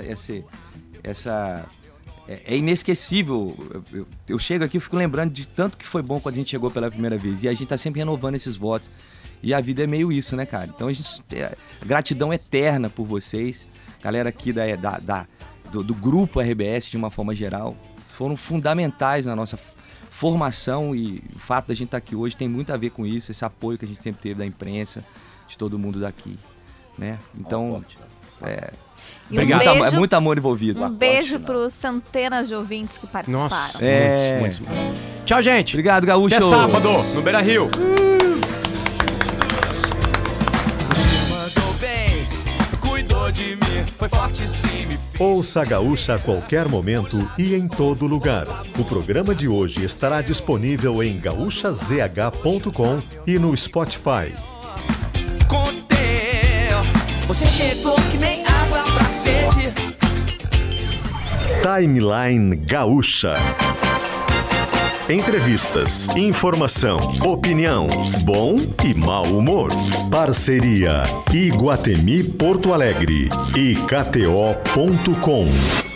é inesquecível. Eu chego aqui e fico lembrando de tanto que foi bom quando a gente chegou pela primeira vez. E a gente tá sempre renovando esses votos. E a vida é meio isso, né, cara? Então a gente gratidão eterna por vocês. Galera aqui do grupo RBS, de uma forma geral, foram fundamentais na nossa formação. E o fato da gente estar aqui hoje tem muito a ver com isso. Esse apoio que a gente sempre teve da imprensa, de todo mundo daqui, né? Então, muito amor envolvido. Um beijo para os centenas de ouvintes que participaram. Nossa, muitos. Tchau, gente. Obrigado, Gaúcho. Até sábado, no Beira Rio. Ouça a Gaúcha a qualquer momento e em todo lugar. O programa de hoje estará disponível em gaúchazh.com e no Spotify. Você chegou que nem água pra sede. Timeline Gaúcha. Entrevistas, informação, opinião, bom e mau humor. Parceria Iguatemi Porto Alegre e KTO.com.